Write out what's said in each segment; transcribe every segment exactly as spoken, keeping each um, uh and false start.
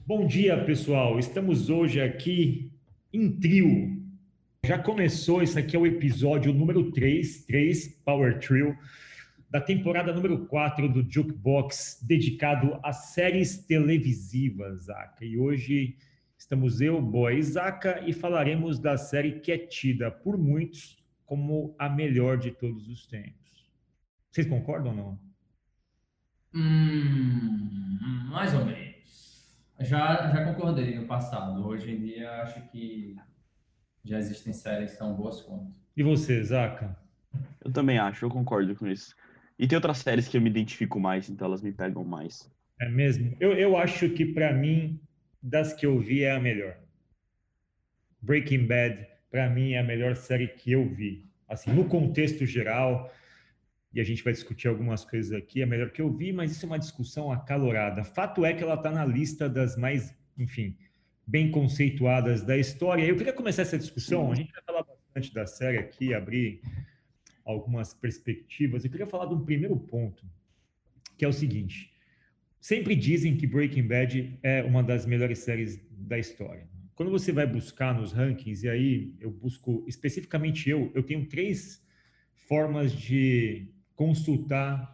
Bom dia, pessoal. Estamos hoje aqui em trio. Já começou, isso aqui é o episódio número três, três Power Trio, da temporada número quatro do Jukebox, dedicado a séries televisivas, Zaca. E hoje estamos eu, Boa e Zaca, e falaremos da série que é tida por muitos como a melhor de todos os tempos. Vocês concordam ou não? Hum, mais ou menos. Já, já concordei no passado. Hoje em dia, acho que já existem séries tão boas quanto. E você, Zaca? Eu também acho, eu concordo com isso. E tem outras séries que eu me identifico mais, então elas me pegam mais. É mesmo? Eu, eu acho que, para mim, das que eu vi, é a melhor. Breaking Bad, para mim, é a melhor série que eu vi. Assim, no contexto geral, e a gente vai discutir algumas coisas aqui, é a melhor que eu vi, mas isso é uma discussão acalorada. Fato é que ela está na lista das mais, enfim, bem conceituadas da história. Eu queria começar essa discussão, a Sim. gente vai falar bastante da série aqui, abrir algumas perspectivas. Eu queria falar de um primeiro ponto, que é o seguinte. Sempre dizem que Breaking Bad é uma das melhores séries da história. Quando você vai buscar nos rankings, e aí eu busco especificamente eu, eu tenho três formas de consultar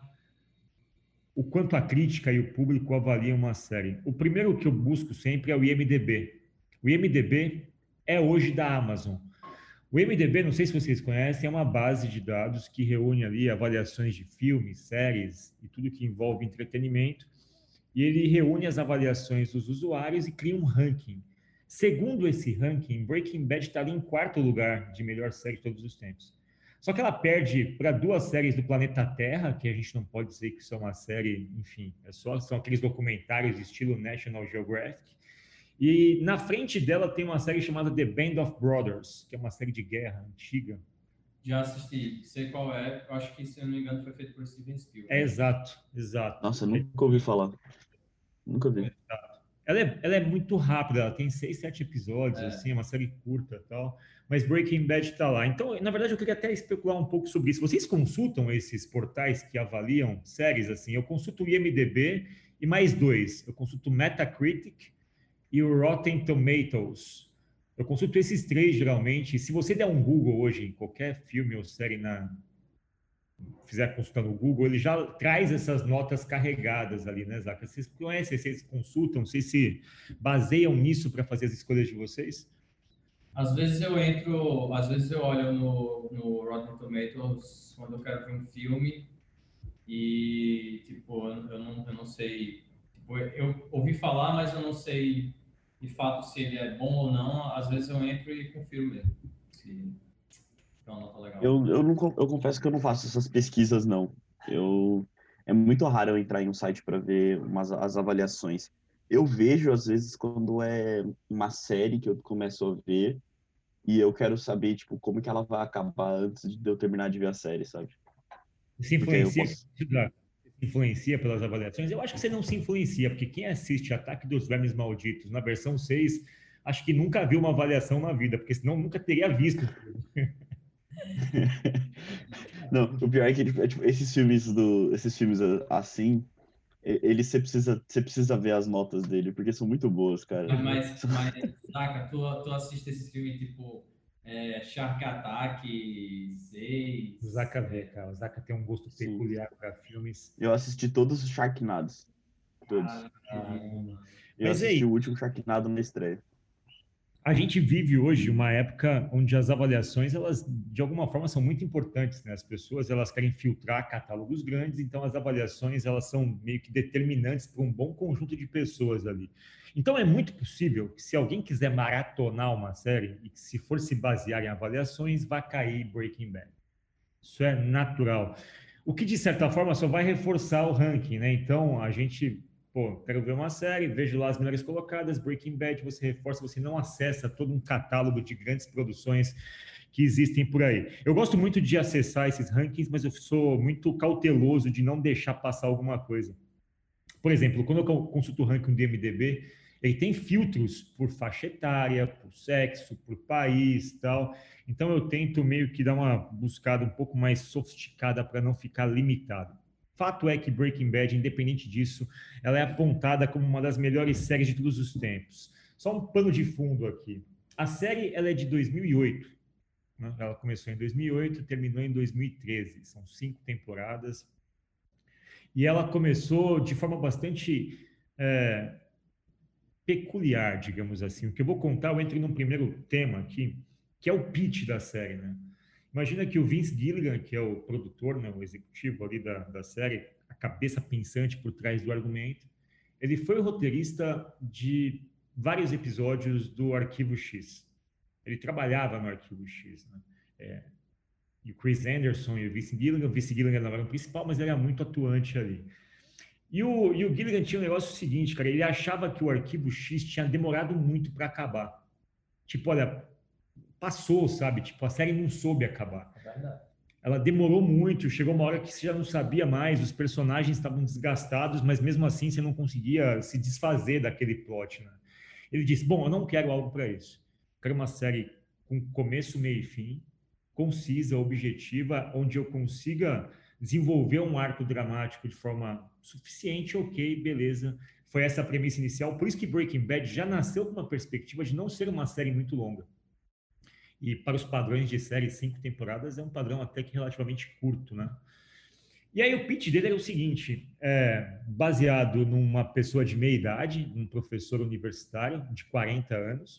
o quanto a crítica e o público avaliam uma série. O primeiro que eu busco sempre é o I M D B. O I M D B é hoje da Amazon. O I M D B, não sei se vocês conhecem, é uma base de dados que reúne ali avaliações de filmes, séries e tudo que envolve entretenimento. E ele reúne as avaliações dos usuários e cria um ranking. Segundo esse ranking, Breaking Bad está ali em quarto lugar de melhor série de todos os tempos. Só que ela perde para duas séries do planeta Terra, que a gente não pode dizer que são uma série, enfim, é só, são aqueles documentários estilo National Geographic. E na frente dela tem uma série chamada The Band of Brothers, que é uma série de guerra antiga. Já assisti, sei qual é. Eu acho que, se eu não me engano, foi feito por Steven É Spielberg. exato, exato. Nossa, eu nunca ouvi falar. Nunca vi. Ela é, ela é muito rápida, ela tem seis, sete episódios, É, assim, é uma série curta e tal, mas Breaking Bad está lá. Então, na verdade, eu queria até especular um pouco sobre isso. Vocês consultam esses portais que avaliam séries, assim? Eu consulto o I M D B e mais dois. Eu consulto o Metacritic e o Rotten Tomatoes. Eu consulto esses três, geralmente. Se você der um Google hoje em qualquer filme ou série na, fizer consulta no Google, ele já traz essas notas carregadas ali, né, Zaca? Vocês conhecem, vocês consultam, vocês se baseiam nisso para fazer as escolhas de vocês? às vezes eu entro, às vezes eu olho no, no Rotten Tomatoes quando eu quero ver um filme e, tipo, eu, eu não, eu não sei. Tipo, eu ouvi falar, mas eu não sei de fato se ele é bom ou não. Às vezes eu entro e confiro mesmo. Se é uma nota legal. Eu, eu, não, con- eu confesso que eu não faço essas pesquisas, não. Eu, é muito raro eu entrar em um site para ver umas, as avaliações. Eu vejo, às vezes, quando é uma série que eu começo a ver e eu quero saber, tipo, como que ela vai acabar antes de eu terminar de ver a série, sabe? Se Porque aí eu influencia, posso. se influencia pelas avaliações? Eu acho que você não se influencia, porque quem assiste Ataque dos Vermes Malditos na versão seis, acho que nunca viu uma avaliação na vida, porque senão nunca teria visto. Não, o pior é que tipo, é, tipo, esses filmes do, esses filmes ah, assim, e- eles você precisa, você precisa ver as notas dele, porque são muito boas, cara. Ah, Mas, mas saca, tu, tu assiste esse filme tipo é, Shark Attack O seis. Zaca vê, cara. O Zaca tem um gosto Sim. peculiar para filmes. Eu assisti todos os Sharknados, todos. Cara, que lindo, mano. Eu Mas aí, assisti o último Sharknado na estreia. a gente vive hoje uma época onde as avaliações, elas, de alguma forma, são muito importantes, né? As pessoas, elas querem filtrar catálogos grandes, então as avaliações, elas são meio que determinantes para um bom conjunto de pessoas ali. Então, é muito possível que, se alguém quiser maratonar uma série e que, se for se basear em avaliações, vá cair Breaking Bad. Isso é natural. O que, de certa forma, só vai reforçar o ranking, né? Então, a gente, pô, quero ver uma série, vejo lá as melhores colocadas, Breaking Bad, você reforça, você não acessa todo um catálogo de grandes produções que existem por aí. Eu gosto muito de acessar esses rankings, mas eu sou muito cauteloso de não deixar passar alguma coisa. Por exemplo, quando eu consulto o ranking do I M D B, ele tem filtros por faixa etária, por sexo, por país, tal. Então eu tento meio que dar uma buscada um pouco mais sofisticada para não ficar limitado. Fato é que Breaking Bad, independente disso, ela é apontada como uma das melhores séries de todos os tempos. Só um pano de fundo aqui. A série ela é de dois mil e oito, né? Ela começou em dois mil e oito, terminou em dois mil e treze. São cinco temporadas. E ela começou de forma bastante é, peculiar, digamos assim. O que eu vou contar, eu entro num primeiro tema aqui, que é o pitch da série, né? Imagina que o Vince Gilligan, que é o produtor, né, o executivo ali da, da série, a cabeça pensante por trás do argumento, ele foi o roteirista de vários episódios do Arquivo X. Ele trabalhava no Arquivo X, né? É, e o Chris Anderson e o Vince Gilligan, o Vince Gilligan não era o principal, mas ele era muito atuante ali. E o, e o Gilligan tinha um negócio seguinte, cara, ele achava que o Arquivo X tinha demorado muito para acabar. Tipo, olha, passou, sabe? Tipo, a série não soube acabar. É verdade. Ela demorou muito, chegou uma hora que você já não sabia mais, os personagens estavam desgastados, mas mesmo assim você não conseguia se desfazer daquele plot, né? Ele disse, bom, eu não quero algo para isso. Eu quero uma série com começo, meio e fim, concisa, objetiva, onde eu consiga desenvolver um arco dramático de forma suficiente, ok, beleza. Foi essa a premissa inicial. Por isso que Breaking Bad já nasceu com uma perspectiva de não ser uma série muito longa. E para os padrões de série, cinco temporadas é um padrão até que relativamente curto, né? E aí o pitch dele era o seguinte, é, baseado numa pessoa de meia idade, um professor universitário de quarenta anos,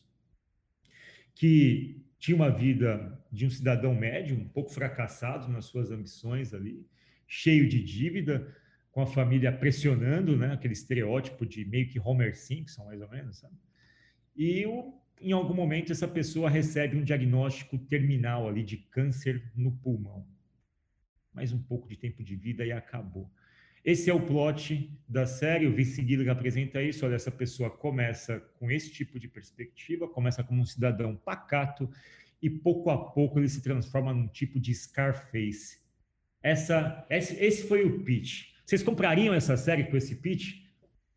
que tinha uma vida de um cidadão médio, um pouco fracassado nas suas ambições ali, cheio de dívida, com a família pressionando, né? Aquele estereótipo de meio que Homer Simpson, mais ou menos, sabe? E o em algum momento essa pessoa recebe um diagnóstico terminal ali de câncer no pulmão. Mais um pouco de tempo de vida e acabou. Esse é o plot da série, o Vince Gilligan apresenta isso, olha, essa pessoa começa com esse tipo de perspectiva, começa como um cidadão pacato e pouco a pouco ele se transforma num tipo de Scarface. Essa, esse, esse foi o pitch. Vocês comprariam essa série com esse pitch?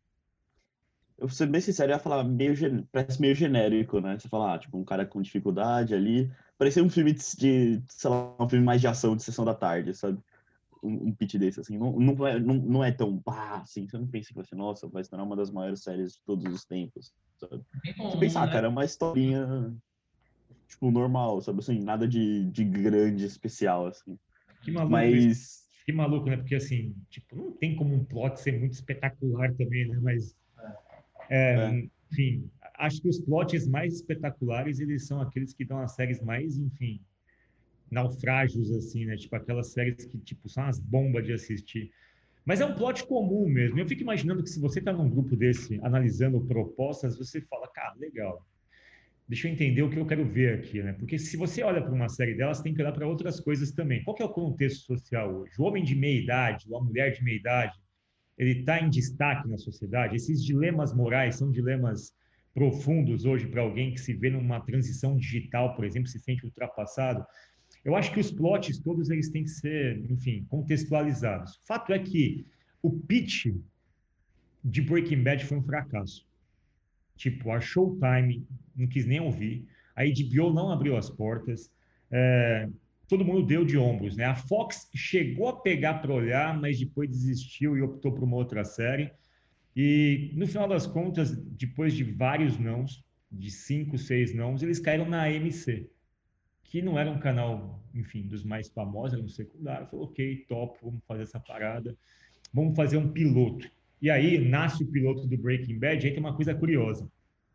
Eu vou ser bem sincero, eu ia falar meio, parece meio genérico, né? Você fala, ah, tipo, um cara com dificuldade ali. Parecia um filme de, de, sei lá, um filme mais de ação de sessão da tarde, sabe? Um, um pitch desse, assim. Não, não, é, não, não é tão, pá, assim. Você não pensa que vai ser, nossa, vai se tornar uma das maiores séries de todos os tempos, sabe? Você pensa, ah, cara, é uma historinha, tipo, normal, sabe? Assim, nada de, de grande, especial, assim. Que maluco Mas... isso. Que maluco, né? Porque, assim, tipo, não tem como um plot ser muito espetacular também, né? Mas... É, é. Enfim, acho que os plots mais espetaculares, eles são aqueles que dão as séries mais, enfim, naufrágios, assim, né? Tipo, aquelas séries que, tipo, são as bombas de assistir. Mas é um plot comum mesmo. Eu fico imaginando que se você está num grupo desse, analisando propostas, você fala, cara, legal. Deixa eu entender o que eu quero ver aqui, né? Porque se você olha para uma série delas, tem que olhar para outras coisas também. Qual que é o contexto social hoje? O homem de meia idade, ou a mulher de meia idade, ele está em destaque na sociedade. Esses dilemas morais são dilemas profundos hoje para alguém que se vê numa transição digital, por exemplo, se sente ultrapassado. Eu acho que os plots todos eles têm que ser, enfim, contextualizados. O fato é que o pitch de Breaking Bad foi um fracasso. Tipo, a Showtime não quis nem ouvir, a H B O não abriu as portas, é, todo mundo deu de ombros, né? A Fox chegou a pegar para olhar, mas depois desistiu e optou por uma outra série. E, no final das contas, depois de vários nãos, de cinco, seis nãos, eles caíram na A M C, que não era um canal, enfim, dos mais famosos, era um secundário. Falou, ok, top, vamos fazer essa parada, vamos fazer um piloto. E aí, nasce o piloto do Breaking Bad, aí tem uma coisa curiosa.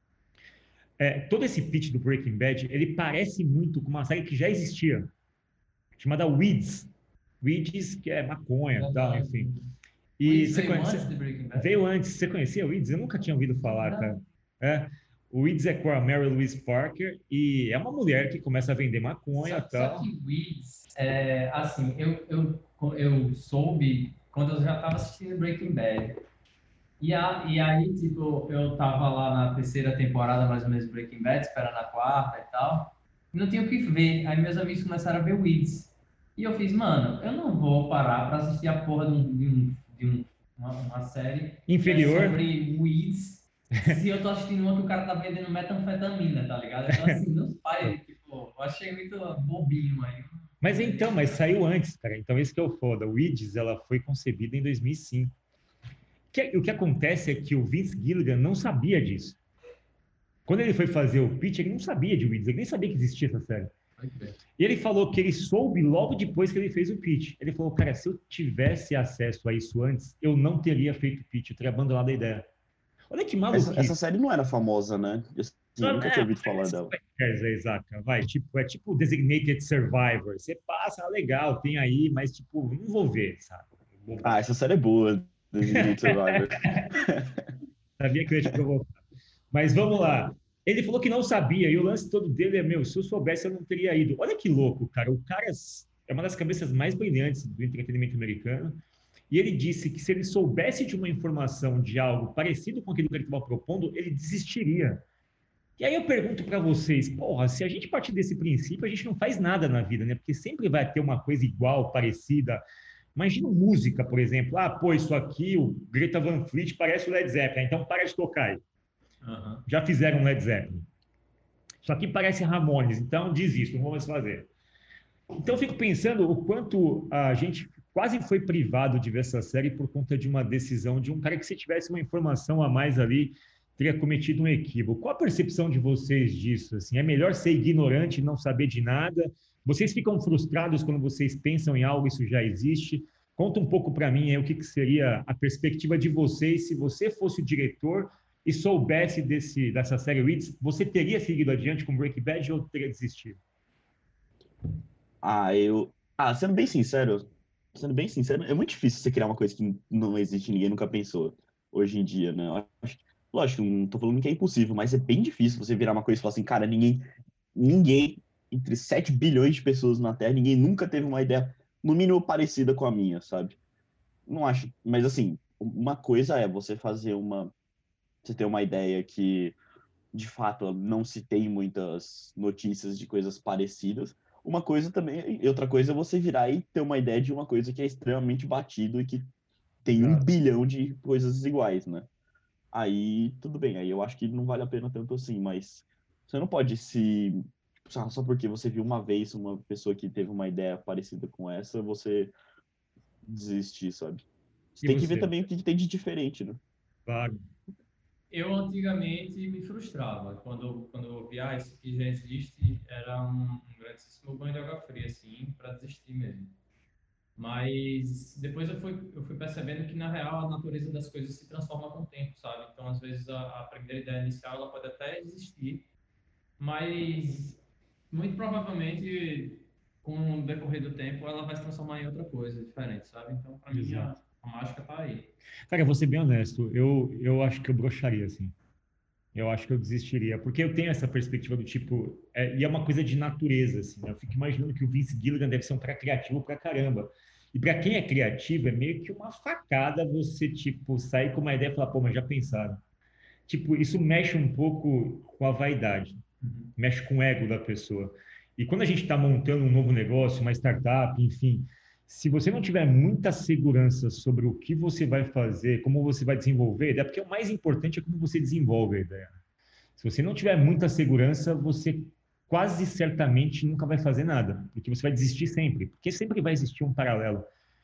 É, todo esse pitch do Breaking Bad, ele parece muito com uma série que já existia, chamada Weeds. Weeds, que é maconha e tal, enfim. E Weeds veio conhece... antes de Breaking Bad? Veio antes. Você conhecia Weeds? Eu nunca tinha ouvido falar, não. Cara. É. O Weeds é com a Mary Louise Parker e é uma mulher que começa a vender maconha e tal. Só que Weeds, é, assim, eu, eu, eu soube quando eu já estava assistindo Breaking Bad. E, a, e aí, tipo, eu tava lá na terceira temporada, mais ou menos, Breaking Bad, esperando a quarta e tal. E não tinha o que ver. Aí meus amigos começaram a ver Weeds. E eu fiz, mano, eu não vou parar pra assistir a porra de, um, de, um, de um, uma, uma série inferior é sobre Weeds se eu tô assistindo uma que o cara tá vendendo metanfetamina, tá ligado? Então, assim, não faz, tipo, eu achei muito bobinho aí. Mas então, mas saiu antes, cara. Então, isso que é o foda. O Weeds, ela foi concebida em dois mil e cinco. Que, o que acontece é que o Vince Gilligan não sabia disso. Quando ele foi fazer o pitch, ele não sabia de Weeds, ele nem sabia que existia essa série. E ele falou que ele soube logo depois que ele fez o pitch. Ele falou, cara, se eu tivesse acesso a isso antes, eu não teria feito o pitch, eu teria abandonado a ideia. Olha que maluco. Essa, essa série não era famosa, né? Eu, assim, não, nunca é, tinha ouvido falar dela. É, exato, vai, tipo, é tipo Designated Survivor. Você passa, ah, legal, tem aí, mas tipo, não vou ver, sabe? Vou ver. Ah, essa série é boa, Designated Survivor. Sabia que eu ia te provocar. Mas vamos lá. Ele falou que não sabia, e o lance todo dele é, meu, se eu soubesse, eu não teria ido. Olha que louco, cara. O cara é uma das cabeças mais brilhantes do entretenimento americano, e ele disse que se ele soubesse de uma informação de algo parecido com aquilo que ele estava propondo, ele desistiria. E aí eu pergunto para vocês, porra, se a gente partir desse princípio, a gente não faz nada na vida, né? Porque sempre vai ter uma coisa igual, parecida. Imagina música, por exemplo. Ah, pô, isso aqui, o Greta Van Fleet parece o Led Zeppelin, então para de tocar aí. Uhum. Já fizeram Led Zeppelin. Isso aqui parece Ramones, então desisto, não vou mais fazer. Então eu fico pensando o quanto a gente quase foi privado de ver essa série por conta de uma decisão de um cara que, se tivesse uma informação a mais ali, teria cometido um equívoco. Qual a percepção de vocês disso? Assim, é melhor ser ignorante e não saber de nada? Vocês ficam frustrados quando vocês pensam em algo e isso já existe? Conta um pouco para mim aí, o que, que seria a perspectiva de vocês se você fosse o diretor e soubesse desse, dessa série Weeds, você teria seguido adiante com Breaking Bad ou teria desistido? Ah, eu... Ah, sendo bem sincero, sendo bem sincero, é muito difícil você criar uma coisa que não existe, ninguém nunca pensou hoje em dia, né? Eu acho, lógico, não tô falando que é impossível, mas é bem difícil você virar uma coisa e falar assim, cara, ninguém, ninguém, entre sete bilhões de pessoas na Terra, ninguém nunca teve uma ideia, no mínimo, parecida com a minha, sabe? Não acho, mas assim, uma coisa é você fazer uma... Você ter uma ideia que, de fato, não se tem muitas notícias de coisas parecidas. Uma coisa também, e outra coisa é você virar e ter uma ideia de uma coisa que é extremamente batido e que tem um bilhão de coisas iguais, né? Aí, tudo bem, aí eu acho que não vale a pena tanto assim, mas você não pode se... Só porque você viu uma vez uma pessoa que teve uma ideia parecida com essa, você desistir, sabe? Você E tem você? que ver também o que tem de diferente, né? Claro. Eu antigamente me frustrava quando, quando eu via, ah, isso aqui já existe, era um, um grandíssimo banho de água fria, assim, para desistir mesmo. Mas depois eu fui, eu fui percebendo que, na real, a natureza das coisas se transforma com o tempo, sabe? Então, às vezes, a, a primeira ideia inicial ela pode até existir, mas muito provavelmente, com o decorrer do tempo, ela vai se transformar em outra coisa diferente, sabe? Então, para mim, a, a mágica tá aí. Cara, eu vou ser bem honesto, eu, eu acho que eu broxaria, assim. Eu acho que eu desistiria, porque eu tenho essa perspectiva do tipo, é, e é uma coisa de natureza, assim, né? Eu fico imaginando que o Vince Gilligan deve ser um cara criativo pra caramba. E para quem é criativo, é meio que uma facada você, tipo, sair com uma ideia e falar, pô, mas já pensaram. Tipo, isso mexe um pouco com a vaidade, Uhum. mexe com o ego da pessoa. E quando a gente está montando um novo negócio, uma startup, enfim, se você não tiver muita segurança sobre o que você vai fazer, como você vai desenvolver a ideia, porque o mais importante é como você desenvolve a ideia. Se você não tiver muita segurança, você quase certamente nunca vai fazer nada, porque você vai desistir sempre, porque sempre vai existir um paralelo.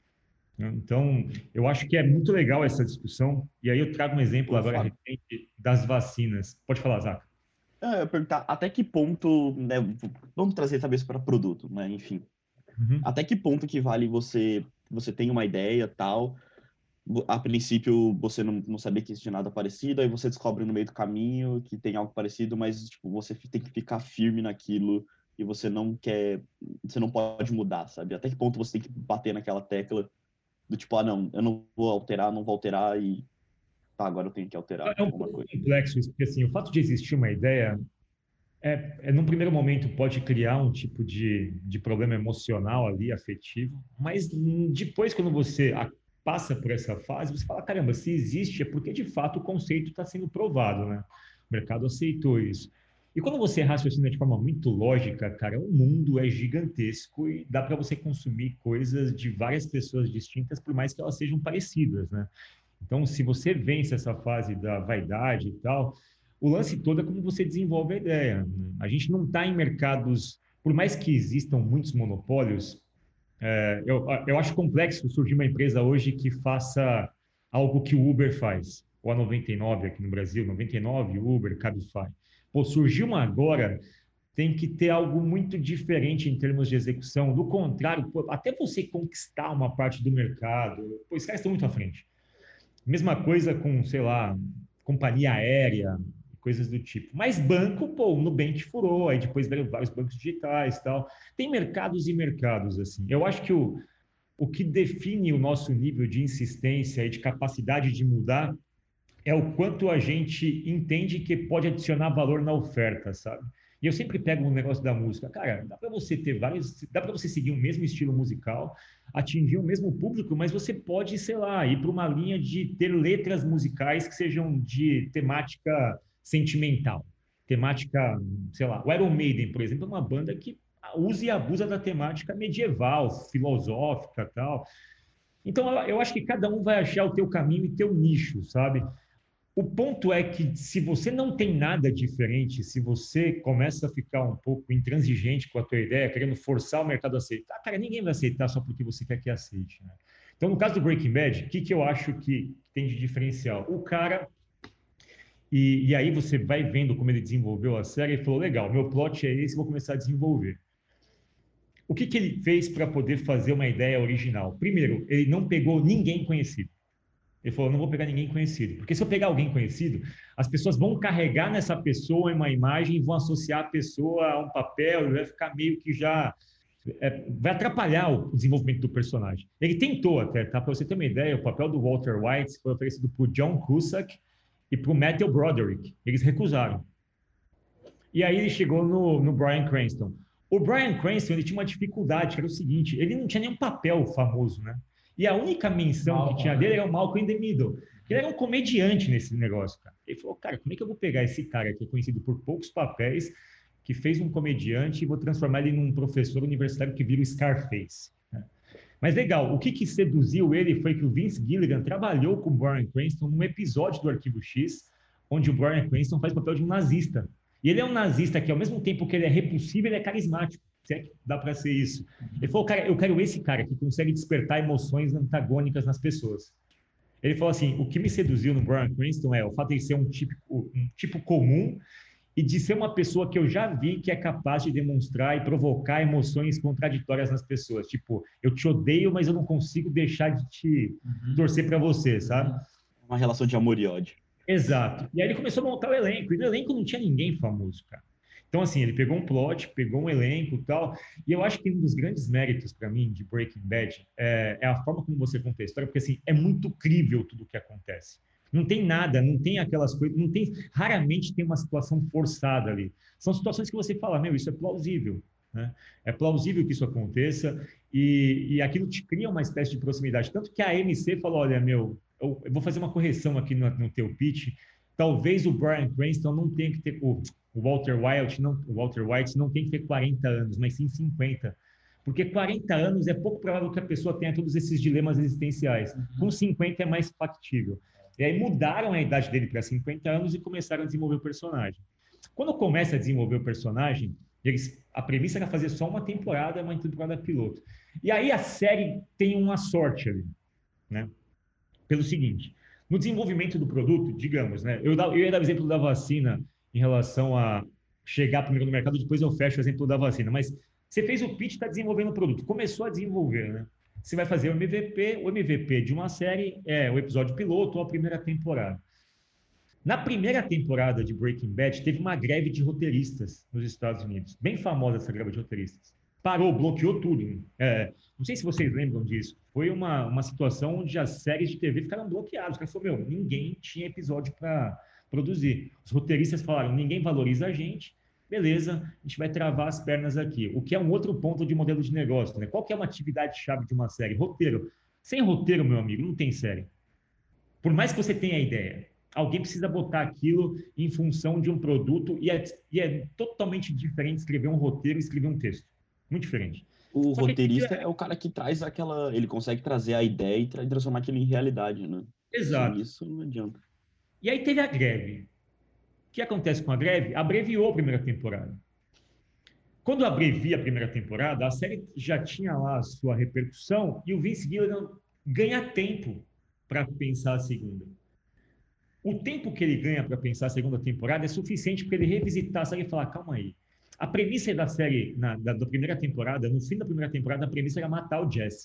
Então, eu acho que é muito legal essa discussão, e aí eu trago um exemplo agora recente das vacinas. Pode falar, Zaca. Eu ia perguntar até que ponto, né, vamos trazer talvez para produto, né, enfim. Uhum. Até que ponto que vale você, você tem uma ideia, tal, a princípio você não, não sabia que existia nada parecido, aí você descobre no meio do caminho que tem algo parecido, mas tipo, você tem que ficar firme naquilo e você não quer, você não pode mudar, sabe? Até que ponto você tem que bater naquela tecla do tipo, ah, não, eu não vou alterar, não vou alterar e tá, agora eu tenho que alterar É um alguma pouco coisa. complexo isso, porque assim, o fato de existir uma ideia é, é num primeiro momento pode criar um tipo de, de problema emocional ali, afetivo, mas depois quando você a, passa por essa fase, você fala, caramba, se existe é porque de fato o conceito está sendo provado, né? O mercado aceitou isso. E quando você raciocina de forma muito lógica, cara, o mundo é gigantesco e dá para você consumir coisas de várias pessoas distintas, por mais que elas sejam parecidas, né? Então, se você vence essa fase da vaidade e tal, o lance todo é como você desenvolve a ideia, né? A gente não está em mercados por mais que existam muitos monopólios, é, eu, eu acho complexo surgir uma empresa hoje que faça algo que o Uber faz, ou a noventa e nove aqui no Brasil, noventa e nove, Uber, Cabify. Pô, surgiu uma agora, tem que ter algo muito diferente em termos de execução. Do contrário, pô, até você conquistar uma parte do mercado, pô, os caras estão muito à frente. Mesma coisa com, sei lá, companhia aérea, coisas do tipo. Mas banco, pô, o Nubank furou, aí depois veio vários bancos digitais e tal. Tem mercados e mercados, assim. Eu acho que o, o que define o nosso nível de insistência e de capacidade de mudar é o quanto a gente entende que pode adicionar valor na oferta, sabe? E eu sempre pego um negócio da música. Cara, dá para você ter vários, dá para você seguir o mesmo estilo musical, atingir o mesmo público, mas você pode, sei lá, ir para uma linha de ter letras musicais que sejam de temática sentimental, temática, sei lá, o Iron Maiden, por exemplo, é uma banda que usa e abusa da temática medieval, filosófica, tal. Então, eu acho que cada um vai achar o teu caminho e teu nicho, sabe? O ponto é que se você não tem nada diferente, se você começa a ficar um pouco intransigente com a tua ideia, querendo forçar o mercado a aceitar, cara, ninguém vai aceitar só porque você quer que aceite, né? Então, no caso do Breaking Bad, o que, que eu acho que tem de diferencial? O cara, e, e aí você vai vendo como ele desenvolveu a série e falou, legal, meu plot é esse, vou começar a desenvolver. O que, que ele fez para poder fazer uma ideia original? Primeiro, ele não pegou ninguém conhecido. Ele falou, não vou pegar ninguém conhecido. Porque se eu pegar alguém conhecido, as pessoas vão carregar nessa pessoa uma imagem e vão associar a pessoa a um papel e vai ficar meio que já... É, vai atrapalhar o desenvolvimento do personagem. Ele tentou até, tá? Para você ter uma ideia, o papel do Walter White foi oferecido para o John Cusack e para o Matthew Broderick. Eles recusaram. E aí ele chegou no, no Bryan Cranston. O Bryan Cranston, ele tinha uma dificuldade, que era o seguinte, ele não tinha nenhum papel famoso, né? E a única menção Malcolm, que tinha dele era o Malcolm in the Middle. Ele era um comediante nesse negócio, cara. Ele falou, cara, como é que eu vou pegar esse cara que é conhecido por poucos papéis, que fez um comediante, e vou transformar ele num professor universitário que vira o Scarface? Mas legal, o que, que seduziu ele foi que o Vince Gilligan trabalhou com o Bryan Cranston num episódio do Arquivo X, onde o Bryan Cranston faz o papel de um nazista. E ele é um nazista que, ao mesmo tempo que ele é repulsivo, ele é carismático. Se é que dá para ser isso. Ele falou, cara, eu quero esse cara que consegue despertar emoções antagônicas nas pessoas. Ele falou assim, o que me seduziu no Bryan Cranston é o fato de ele ser um tipo, um tipo comum e de ser uma pessoa que eu já vi que é capaz de demonstrar e provocar emoções contraditórias nas pessoas. Tipo, eu te odeio, mas eu não consigo deixar de te uhum. torcer para você, sabe? Uma relação de amor e ódio. Exato. E aí ele começou a montar o elenco. E no elenco não tinha ninguém famoso, cara. Então, assim, ele pegou um plot, pegou um elenco e tal. E eu acho que um dos grandes méritos, para mim, de Breaking Bad é, é a forma como você conta a história, porque, assim, é muito crível tudo o que acontece. Não tem nada, não tem aquelas coisas, não tem, raramente tem uma situação forçada ali. São situações que você fala, meu, isso é plausível, né? É plausível que isso aconteça e, e aquilo te cria uma espécie de proximidade. Tanto que a A M C falou, olha, meu, eu, eu vou fazer uma correção aqui no, no teu pitch. Talvez o Bryan Cranston não tenha que ter... O, o Walter White não, o Walter White não tem que ter quarenta anos, mas sim cinquenta. Porque quarenta anos é pouco provável que a pessoa tenha todos esses dilemas existenciais. Uhum. Com cinquenta é mais factível. E aí mudaram a idade dele para cinquenta anos e começaram a desenvolver o personagem. Quando começa a desenvolver o personagem, eles, a premissa era fazer só uma temporada, uma temporada piloto. E aí a série tem uma sorte ali, né? Pelo seguinte, no desenvolvimento do produto, digamos, né? Eu, eu ia dar o exemplo da vacina em relação a chegar primeiro no mercado, depois eu fecho o exemplo da vacina. Mas você fez o pitch, está desenvolvendo o produto, começou a desenvolver, né? Você vai fazer o M V P, o M V P de uma série é o episódio piloto ou a primeira temporada. Na primeira temporada de Breaking Bad, teve uma greve de roteiristas nos Estados Unidos. Bem famosa essa greve de roteiristas. Parou, bloqueou tudo. É, não sei se vocês lembram disso. Foi uma, uma situação onde as séries de T V ficaram bloqueadas. O cara falou, meu, ninguém tinha episódio para produzir. Os roteiristas falaram, ninguém valoriza a gente, beleza, a gente vai travar as pernas aqui. O que é um outro ponto de modelo de negócio, né? Qual que é uma atividade-chave de uma série? Roteiro. Sem roteiro, meu amigo, não tem série. Por mais que você tenha a ideia, alguém precisa botar aquilo em função de um produto e é, e é totalmente diferente escrever um roteiro e escrever um texto. Muito diferente. O Só roteirista que... é o cara que traz aquela... Ele consegue trazer a ideia e transformar aquilo em realidade, né? Exato. Sem isso não adianta. E aí teve a greve. O que acontece com a greve? Abreviou a primeira temporada. Quando eu abrevi a primeira temporada, a série já tinha lá a sua repercussão e o Vince Gilligan ganha tempo para pensar a segunda. O tempo que ele ganha para pensar a segunda temporada é suficiente para ele revisitar a série e falar, calma aí. A premissa da série, na, da, da primeira temporada, no fim da primeira temporada, a premissa era matar o Jesse.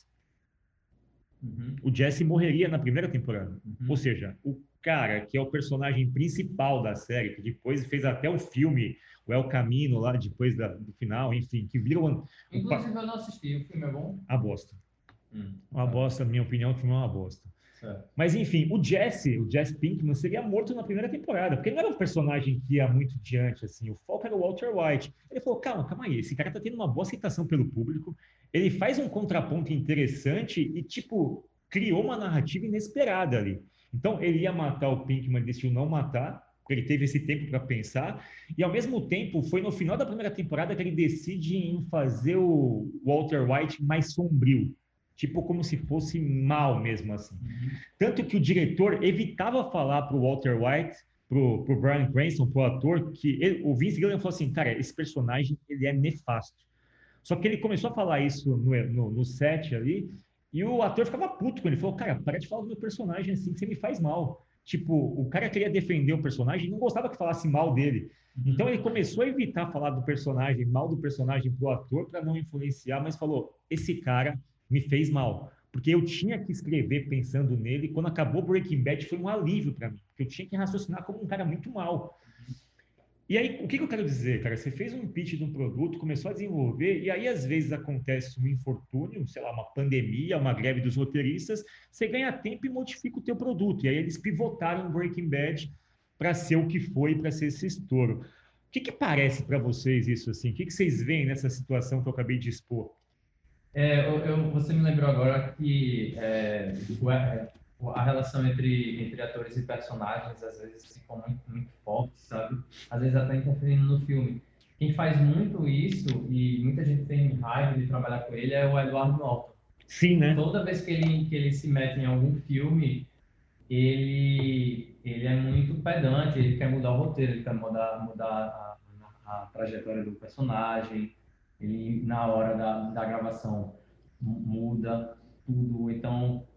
Uhum. O Jesse morreria na primeira temporada. Uhum. Ou seja, o cara que é o personagem principal da série, que depois fez até o filme, o El Camino, lá depois da, do final, enfim, que virou... Inclusive, eu não assisti. O filme é bom? A bosta. Hum, Uma tá. bosta, na minha opinião, o filme é uma bosta. Certo. Mas, enfim, o Jesse, o Jesse Pinkman, seria morto na primeira temporada, porque ele não era um personagem que ia muito diante, assim, o foco era o Walter White. Ele falou, calma, calma aí, esse cara tá tendo uma boa aceitação pelo público, ele faz um contraponto interessante e, tipo, criou uma narrativa inesperada ali. Então, ele ia matar o Pinkman, ele decidiu não matar, porque ele teve esse tempo para pensar, e, ao mesmo tempo, foi no final da primeira temporada que ele decide em fazer o Walter White mais sombrio. Tipo, como se fosse mal mesmo, assim. Uhum. Tanto que o diretor evitava falar para o Walter White, para o Bryan Cranston, para o ator, que ele, o Vince Gilligan falou assim, cara, esse personagem, ele é nefasto. Só que ele começou a falar isso no, no, no set ali, e o ator ficava puto com ele. Ele falou, cara, para de falar do meu personagem assim, que você me faz mal. Tipo, o cara queria defender o personagem e não gostava que falasse mal dele. Então ele começou a evitar falar do personagem, mal do personagem para o ator, para não influenciar, mas falou, esse cara me fez mal, porque eu tinha que escrever pensando nele, e quando acabou Breaking Bad foi um alívio para mim, porque eu tinha que raciocinar como um cara muito mal. E aí, o que, que eu quero dizer, cara? Você fez um pitch de um produto, começou a desenvolver, e aí às vezes acontece um infortúnio, sei lá, uma pandemia, uma greve dos roteiristas, você ganha tempo e modifica o teu produto, e aí eles pivotaram Breaking Bad para ser o que foi, para ser esse estouro. O que, que parece para vocês isso, assim? O que, que vocês veem nessa situação que eu acabei de expor? É, eu, eu- você me lembrou agora que é, o- é, o- a relação entre, entre atores e personagens às vezes ficam muito, muito forte, sabe? Às vezes até interferindo no filme. Quem faz muito isso, e muita gente tem raiva de trabalhar com ele, é o Edward Norton. Sim, né? Toda vez que ele, que ele se mete em algum filme, ele, ele é muito pedante, ele quer mudar o roteiro, ele quer mudar, mudar a, a trajetória do personagem, ele, na hora da, da gravação, mu- muda tudo. Então,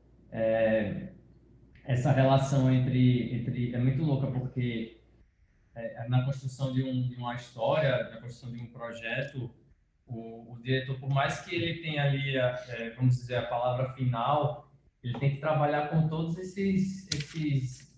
é, essa relação entre, entre... É muito louca, porque é, na construção de, um, de uma história, na construção de um projeto, o, o diretor, por mais que ele tenha ali, a, é, vamos dizer, a palavra final, ele tem que trabalhar com todos esses, esses,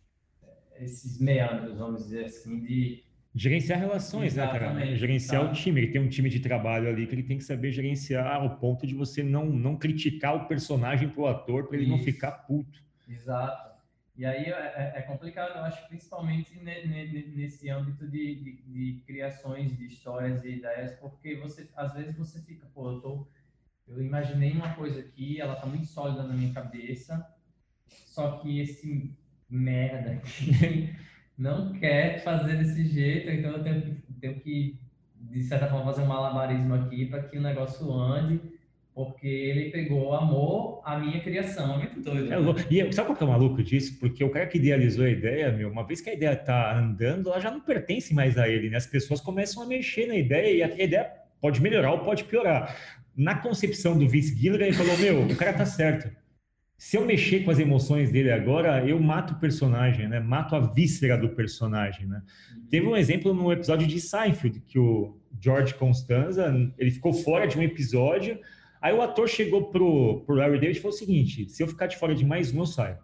esses meandros, vamos dizer assim, de... Gerenciar relações, né, cara? Exatamente, Gerenciar tá? o time. Ele tem um time de trabalho ali que ele tem que saber gerenciar ao ponto de você não, não criticar o personagem pro ator para ele não Isso. ficar puto. Exato. E aí é, é- é complicado, eu acho, principalmente ne- ne- nesse âmbito de, de, de criações de histórias e ideias, porque você, às vezes você fica, pô, eu tô, eu imaginei uma coisa aqui, ela tá muito sólida na minha cabeça, só que esse merda aqui não quer fazer desse jeito, então eu tenho que, tenho que de certa forma, fazer um malabarismo aqui para que o negócio ande, porque ele pegou amor à minha criação. É muito doido, É né? louco. E sabe qual que é o maluco disso? Porque o cara que idealizou a ideia, meu, uma vez que a ideia tá andando, ela já não pertence mais a ele, né? As pessoas começam a mexer na ideia e a ideia pode melhorar ou pode piorar. Na concepção do Vince Gilligan, ele falou, meu, o cara tá certo. Se eu mexer com as emoções dele agora, eu mato o personagem, né? Mato a víscera do personagem, né? Teve um exemplo no episódio de Seinfeld, que o George Costanza, ele ficou fora de um episódio, aí o ator chegou pro, pro Larry David e falou o seguinte, se eu ficar de fora de mais um, eu saio.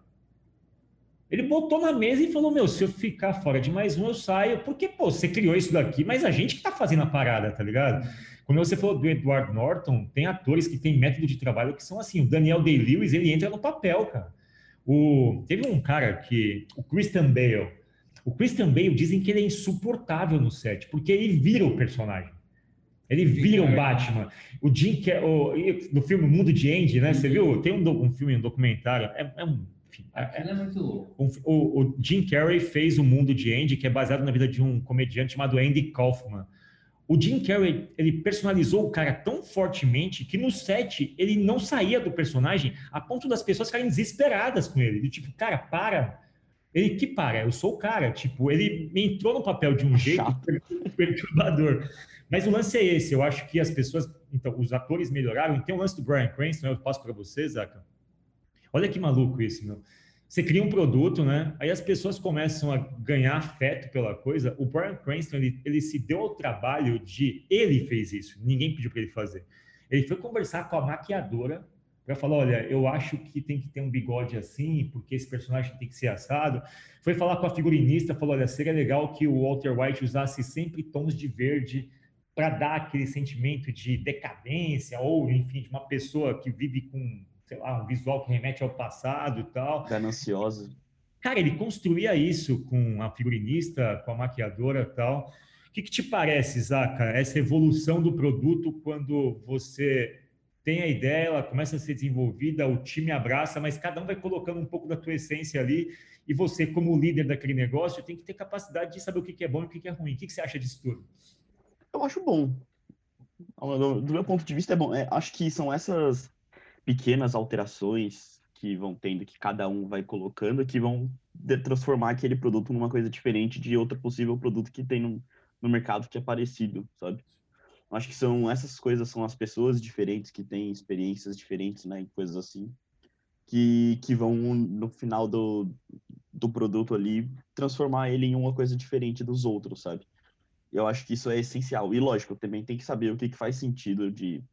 Ele botou na mesa e falou, meu, se eu ficar fora de mais um, eu saio, porque, pô, você criou isso daqui, mas a gente que tá fazendo a parada, tá ligado? Quando você falou do Edward Norton, tem atores que têm método de trabalho que são assim, o Daniel Day-Lewis, ele entra no papel, cara. O, teve um cara que, o Christian Bale, o Christian Bale dizem que ele é insuportável no set, porque ele vira o personagem. Ele vira o Batman. O Jim Carrey, no filme Mundo de Andy, né? Você viu? Tem um, do, um filme, um documentário, é, é um... Enfim, Aquilo é muito louco. um, o, o Jim Carrey fez o Mundo de Andy, que é baseado na vida de um comediante chamado Andy Kaufman. O Jim Carrey, ele personalizou o cara tão fortemente que no set ele não saía do personagem a ponto das pessoas ficarem desesperadas com ele. Do tipo, cara, para. Ele, que para, eu sou o cara, tipo, ele entrou no papel de um jeito Chato. perturbador. Mas o lance é esse, eu acho que as pessoas, então, os atores melhoraram, e tem o lance do Bryan Cranston, eu passo para você, Zaca. Olha que maluco isso, meu. Você cria um produto, né? Aí as pessoas começam a ganhar afeto pela coisa. O Bryan Cranston, ele, ele se deu ao trabalho de... Ele fez isso, ninguém pediu para ele fazer. Ele foi conversar com a maquiadora para falar, olha, eu acho que tem que ter um bigode assim, porque esse personagem tem que ser assado. Foi falar com a figurinista, falou, olha, seria legal que o Walter White usasse sempre tons de verde para dar aquele sentimento de decadência, ou, enfim, de uma pessoa que vive com, sei lá, um visual que remete ao passado e tal. Gananciosa. Cara, ele construía isso com a figurinista, com a maquiadora e tal. O que, que te parece, Zaca, essa evolução do produto quando você tem a ideia, ela começa a ser desenvolvida, o time abraça, mas cada um vai colocando um pouco da tua essência ali, e você, como líder daquele negócio, tem que ter capacidade de saber o que, que é bom e o que, que é ruim. O que, que você acha disso tudo? Eu acho bom. Do do meu ponto de vista é bom. É, acho que são essas pequenas alterações que vão tendo, que cada um vai colocando, que vão de- transformar aquele produto numa coisa diferente de outro possível produto que tem no, no mercado que é parecido, sabe? Acho que são essas coisas, são as pessoas diferentes que têm experiências diferentes, né, em coisas assim, que, que vão, no final do, do produto ali, transformar ele em uma coisa diferente dos outros, sabe? Eu acho que isso é essencial. E, lógico, também tem que saber o que, que faz sentido de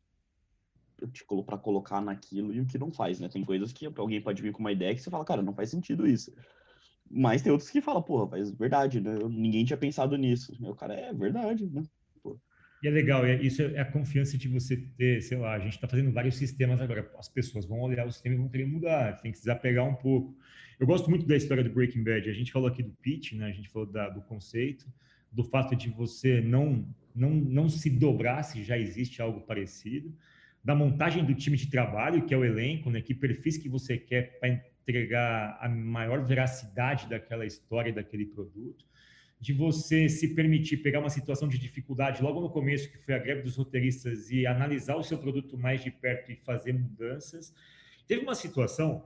para colocar naquilo e o que não faz, né? Tem coisas que alguém pode vir com uma ideia que você fala, cara, não faz sentido isso. Mas tem outros que falam, porra, faz verdade, né? Ninguém tinha pensado nisso. E o cara, é verdade, né? Pô. E é legal, é, isso é a confiança de você ter, sei lá, a gente está fazendo vários sistemas agora, as pessoas vão olhar o sistema e vão querer mudar, tem que desapegar um pouco. Eu gosto muito da história do Breaking Bad, a gente falou aqui do pitch, né? A gente falou da, do conceito, do fato de você não, não, não se dobrar se já existe algo parecido, da montagem do time de trabalho, que é o elenco, né? Que perfis que você quer para entregar a maior veracidade daquela história, daquele produto, de você se permitir pegar uma situação de dificuldade logo no começo, que foi a greve dos roteiristas, e analisar o seu produto mais de perto e fazer mudanças. Teve uma situação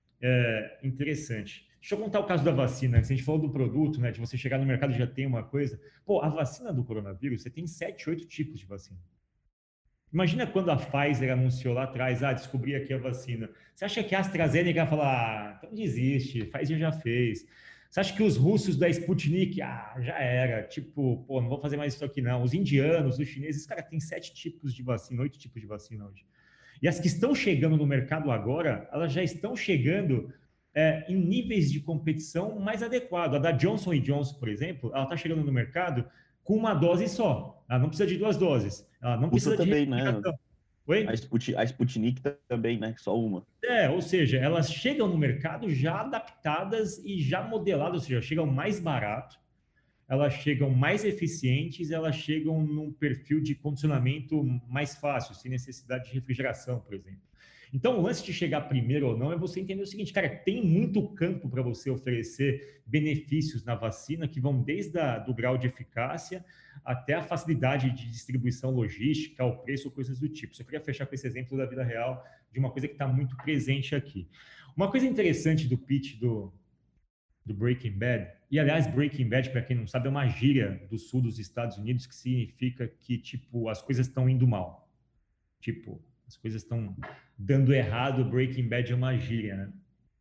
é, interessante. Deixa eu contar o caso da vacina. Se a gente falou do produto, né, de você chegar no mercado e já tem uma coisa. Pô, a vacina do coronavírus, você tem sete, oito tipos de vacina. Imagina quando a Pfizer anunciou lá atrás, ah, descobri aqui a vacina. Você acha que a AstraZeneca vai falar, ah, então desiste, Pfizer já fez. Você acha que os russos da Sputnik, ah, já era, tipo, pô, não vou fazer mais isso aqui não. Os indianos, os chineses, cara, tem sete tipos de vacina, oito tipos de vacina hoje. E as que estão chegando no mercado agora, elas já estão chegando é, em níveis de competição mais adequados. A da Johnson e Johnson, por exemplo, ela está chegando no mercado com uma dose só. Ela não precisa de duas doses. Ela não Russa precisa de também, né? refrigeração. A, Oi? Sput, a Sputnik também, né? Só uma. É, ou seja, elas chegam no mercado já adaptadas e já modeladas, ou seja, chegam mais barato, elas chegam mais eficientes, elas chegam num perfil de condicionamento mais fácil, sem necessidade de refrigeração, por exemplo. Então, o lance de chegar primeiro ou não é você entender o seguinte, cara, tem muito campo para você oferecer benefícios na vacina que vão desde a, do grau de eficácia até a facilidade de distribuição logística, o preço, coisas do tipo. Só queria fechar com esse exemplo da vida real de uma coisa que está muito presente aqui. Uma coisa interessante do pitch do, do Breaking Bad, e aliás, Breaking Bad, para quem não sabe, é uma gíria do sul dos Estados Unidos que significa que, tipo, as coisas estão indo mal. Tipo, as coisas estão dando errado, Breaking Bad é uma gíria, né?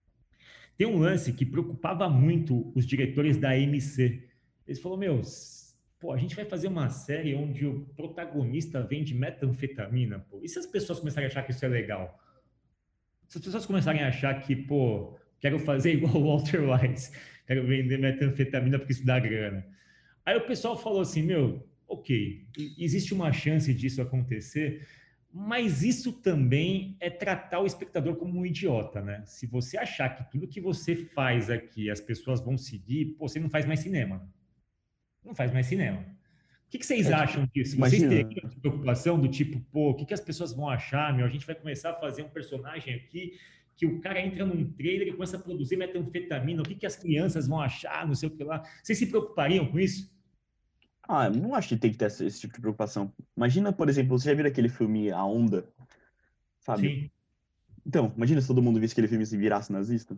Tem um lance que preocupava muito os diretores da A M C. Eles falaram, meu, pô, a gente vai fazer uma série onde o protagonista vende metanfetamina, pô. E se as pessoas começarem a achar que isso é legal? Se as pessoas começarem a achar que, pô, quero fazer igual o Walter White, quero vender metanfetamina porque isso dá grana. Aí o pessoal falou assim, meu, ok, existe uma chance disso acontecer, mas isso também é tratar o espectador como um idiota, né? Se você achar que tudo que você faz aqui as pessoas vão seguir, pô, você não faz mais cinema. Não faz mais cinema. O que, que vocês É, tipo, acham disso? Vocês imagina. teriam essa preocupação do tipo, pô, o que, que as pessoas vão achar, meu? A gente vai começar a fazer um personagem aqui que o cara entra num trailer e começa a produzir metanfetamina, o que, que as crianças vão achar, não sei o que lá. Vocês se preocupariam com isso? Ah, não acho que tem que ter esse, esse tipo de preocupação. Imagina, por exemplo, você já viu aquele filme A Onda, sabe? Sim. Então, imagina se todo mundo visse aquele filme e se virasse nazista.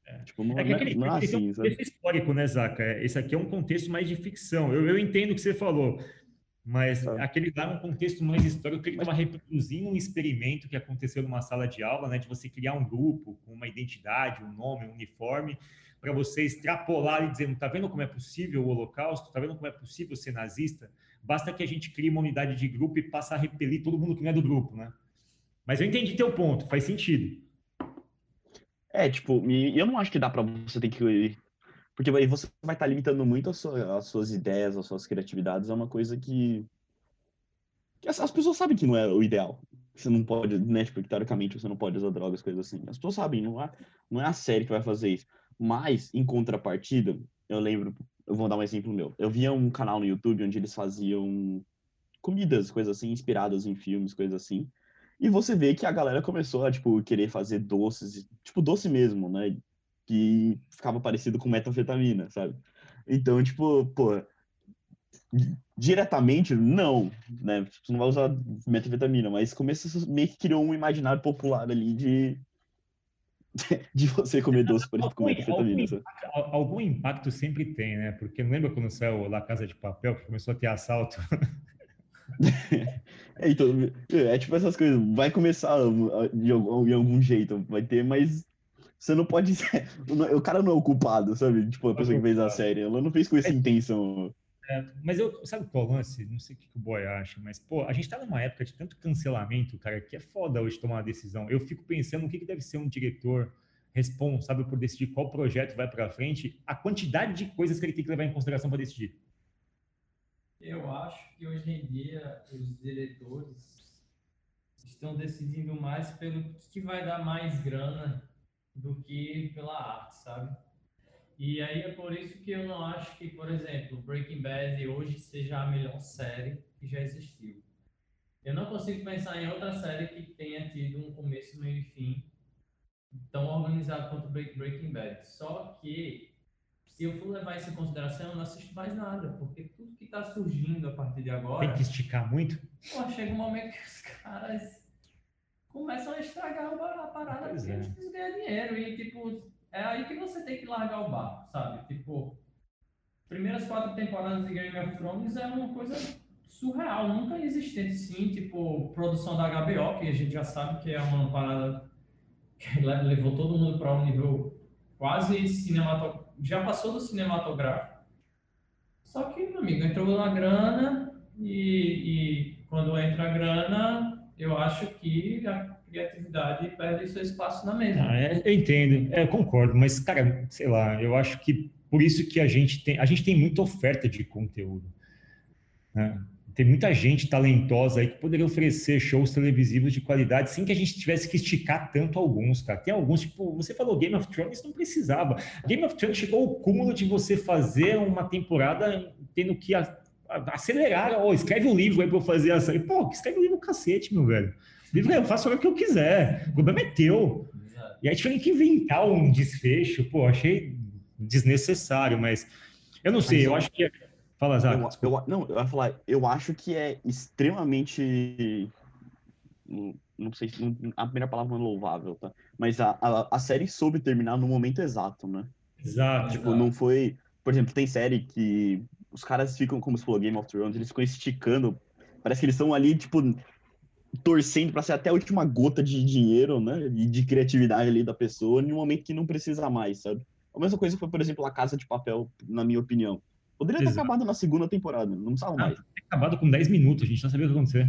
Tipo, não É que é, aquele, não é esse é um assim, sabe? contexto histórico, né, Zaca? Esse aqui é um contexto mais de ficção. Eu, eu entendo o que você falou, mas Sabe? aquele lá é um contexto mais histórico que ele Mas estava reproduzindo um experimento que aconteceu numa sala de aula, né, de você criar um grupo com uma identidade, um nome, um uniforme, para você extrapolar e dizer, tá vendo como é possível o Holocausto? Tá vendo como é possível ser nazista? Basta que a gente crie uma unidade de grupo e passe a repelir todo mundo que não é do grupo, né? Mas eu entendi teu ponto, faz sentido. é, tipo, e eu não acho que dá pra você ter que. Porque aí você vai estar limitando muito as suas, as suas ideias, as suas criatividades, é uma coisa que, que as, as pessoas sabem que não é o ideal. Você não pode, né? Tipo, que, teoricamente você não pode usar drogas, coisas assim. As pessoas sabem, não é, não é a série que vai fazer isso. Mas, em contrapartida, eu lembro, eu vou dar um exemplo meu. Eu via um canal no YouTube onde eles faziam comidas, coisas assim, inspiradas em filmes, coisas assim. E você vê que a galera começou a, tipo, querer fazer doces, tipo, doce mesmo, né? Que ficava parecido com metanfetamina, sabe? Então, tipo, pô, diretamente, não, né? Você não vai usar metanfetamina, mas começa meio que criou um imaginário popular ali de, de você comer doce parecido com Algum, algum, metanfetamina, sabe? impacto, algum impacto sempre tem, né? Porque não lembra quando saiu La Casa de Papel, que começou a ter assalto? É, então, é tipo essas coisas, vai começar de algum, de algum jeito, vai ter, mas você não pode ser. O cara não é o culpado, sabe? Tipo, a pessoa que fez a série, ela não fez com essa intenção. É, mas eu, sabe qual é o lance? Não sei o que, que o boy acha, mas, pô, a gente tá numa época de tanto cancelamento, cara, que é foda hoje tomar uma decisão. Eu fico pensando o que, que deve ser um diretor responsável por decidir qual projeto vai para frente, a quantidade de coisas que ele tem que levar em consideração para decidir. Eu acho que hoje em dia os diretores estão decidindo mais pelo que vai dar mais grana do que pela arte, sabe? E aí é por isso que eu não acho que, por exemplo, Breaking Bad hoje seja a melhor série que já existiu. Eu não consigo pensar em outra série que tenha tido um começo, meio e fim tão organizado quanto Breaking Bad. Só que, se eu for levar isso em consideração, eu não assisto mais nada, porque tudo que está surgindo a partir de Tem que agora, esticar muito? pô, chega um momento que os caras começam a estragar a parada Pois porque eles é. precisam ganhar dinheiro. E, tipo, é aí que você tem que largar o barco, sabe? Tipo, primeiras quatro temporadas de Game of Thrones é uma coisa surreal, nunca existente, sim, tipo, produção da H B O, que a gente já sabe que é uma parada que levou todo mundo para um nível quase cinematográfico, já passou do cinematográfico. Só que, meu amigo, entrou na grana e, e quando entra a grana, eu acho que a criatividade perde seu espaço na mesa. Ah, é, eu entendo, é, eu concordo, mas, cara, sei lá, eu acho que por isso que a gente tem, a gente tem muita oferta de conteúdo, né? Tem muita gente talentosa aí que poderia oferecer shows televisivos de qualidade sem que a gente tivesse que esticar tanto alguns, cara. Tem alguns, tipo, você falou Game of Thrones, não precisava. Game of Thrones chegou ao cúmulo de você fazer uma temporada tendo que a, a, acelerar. Ou oh, escreve um livro aí pra eu fazer a série. Pô, escreve um livro cacete, meu velho. Livro eu faço o que eu quiser. O problema é teu. E aí tinha que inventar um desfecho. Pô, achei desnecessário, mas eu não sei, Mas eu eu, acho que. Fala, Zaca, eu, desculpa. eu, não, eu ia falar, eu acho que é extremamente. Não, não sei se não- a primeira palavra não é louvável, tá? Mas a, a, a série soube terminar no momento exato, né? Exato. Tipo, não Exato. foi. Por exemplo, tem série que os caras ficam, como se falou, Game of Thrones, eles ficam esticando. Parece que eles estão ali, tipo, torcendo pra ser até a última gota de dinheiro, né? E de criatividade ali da pessoa, em um momento que não precisa mais, sabe? A mesma coisa foi, por exemplo, a Casa de Papel, na minha opinião. Poderia ter Exato. acabado na segunda temporada, não precisava Ah, mais. ter acabado com dez minutos, a gente não sabia o que ia acontecer.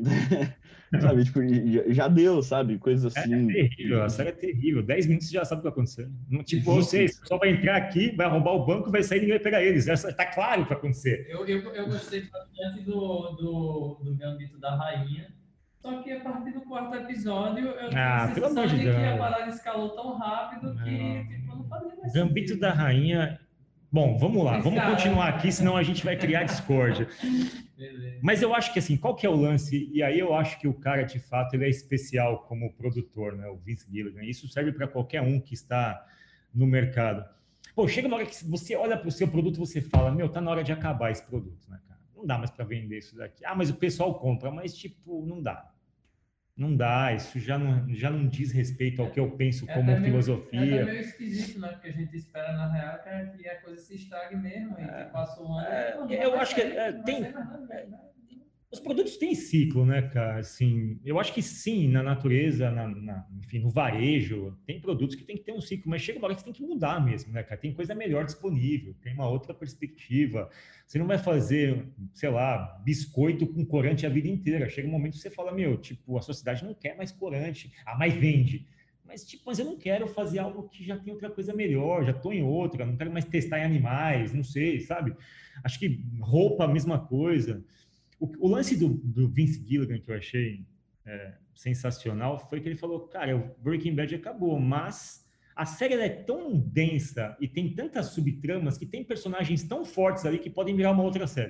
Sabe, tipo, já, já deu, sabe? Coisas É assim. terrível, a série é terrível. dez minutos você já sabe o que vai acontecer. Não, tipo, eu sei, o Isso. pessoal vai entrar aqui, vai roubar o banco, vai sair e ninguém vai pegar eles. Essa, tá claro o que vai acontecer. Eu, eu, eu gostei bastante do, do, do Gambito da Rainha, só que a partir do quarto episódio eu tive a Ah, pelo amor sensação de de que a Deus. parada escalou tão rápido que Não. tipo, não fazia mais Gambito da sentido. Rainha. Bom, vamos lá, Mas, vamos cara, continuar aqui, senão a gente vai criar discórdia. beleza. Mas eu acho que assim, qual que é o lance? E aí eu acho que o cara, de fato, ele é especial como produtor, né? O Vince Gilligan. Isso serve para qualquer um que está no mercado. Pô, chega uma hora que você olha para o seu produto e você fala, meu, tá na hora de acabar esse produto, né, cara? Não dá mais para vender isso daqui. Ah, mas o pessoal compra, mas tipo, não dá. Não dá, isso já não, já não diz respeito ao que eu penso É como até meio, é filosofia. até meio esquisito, né? Porque a gente espera, na real, que a, que a coisa se estrague mesmo. E que passa o ano e não, não Eu vai acho que sair, é, não vai tem. sair mais nada. Né? Os produtos têm ciclo, né, cara? Assim, eu acho que sim, na natureza, na, na- enfim, no varejo, tem produtos que tem que ter um ciclo, mas chega uma hora que você tem que mudar mesmo, né, cara? Tem coisa melhor disponível, tem uma outra perspectiva. Você não vai fazer, sei lá, biscoito com corante a vida inteira. Chega um momento que você fala, meu, tipo, a sociedade não quer mais corante, ah, mas vende. Mas, tipo, mas eu não quero fazer algo que já tem outra coisa melhor, já estou em outra, não quero mais testar em animais, não sei, sabe? Acho que roupa, a mesma coisa. O, o lance do, do Vince Gilligan que eu achei é, sensacional foi que ele falou, cara, o Breaking Bad acabou, mas a série ela é tão densa e tem tantas subtramas que tem personagens tão fortes ali que podem virar uma outra série.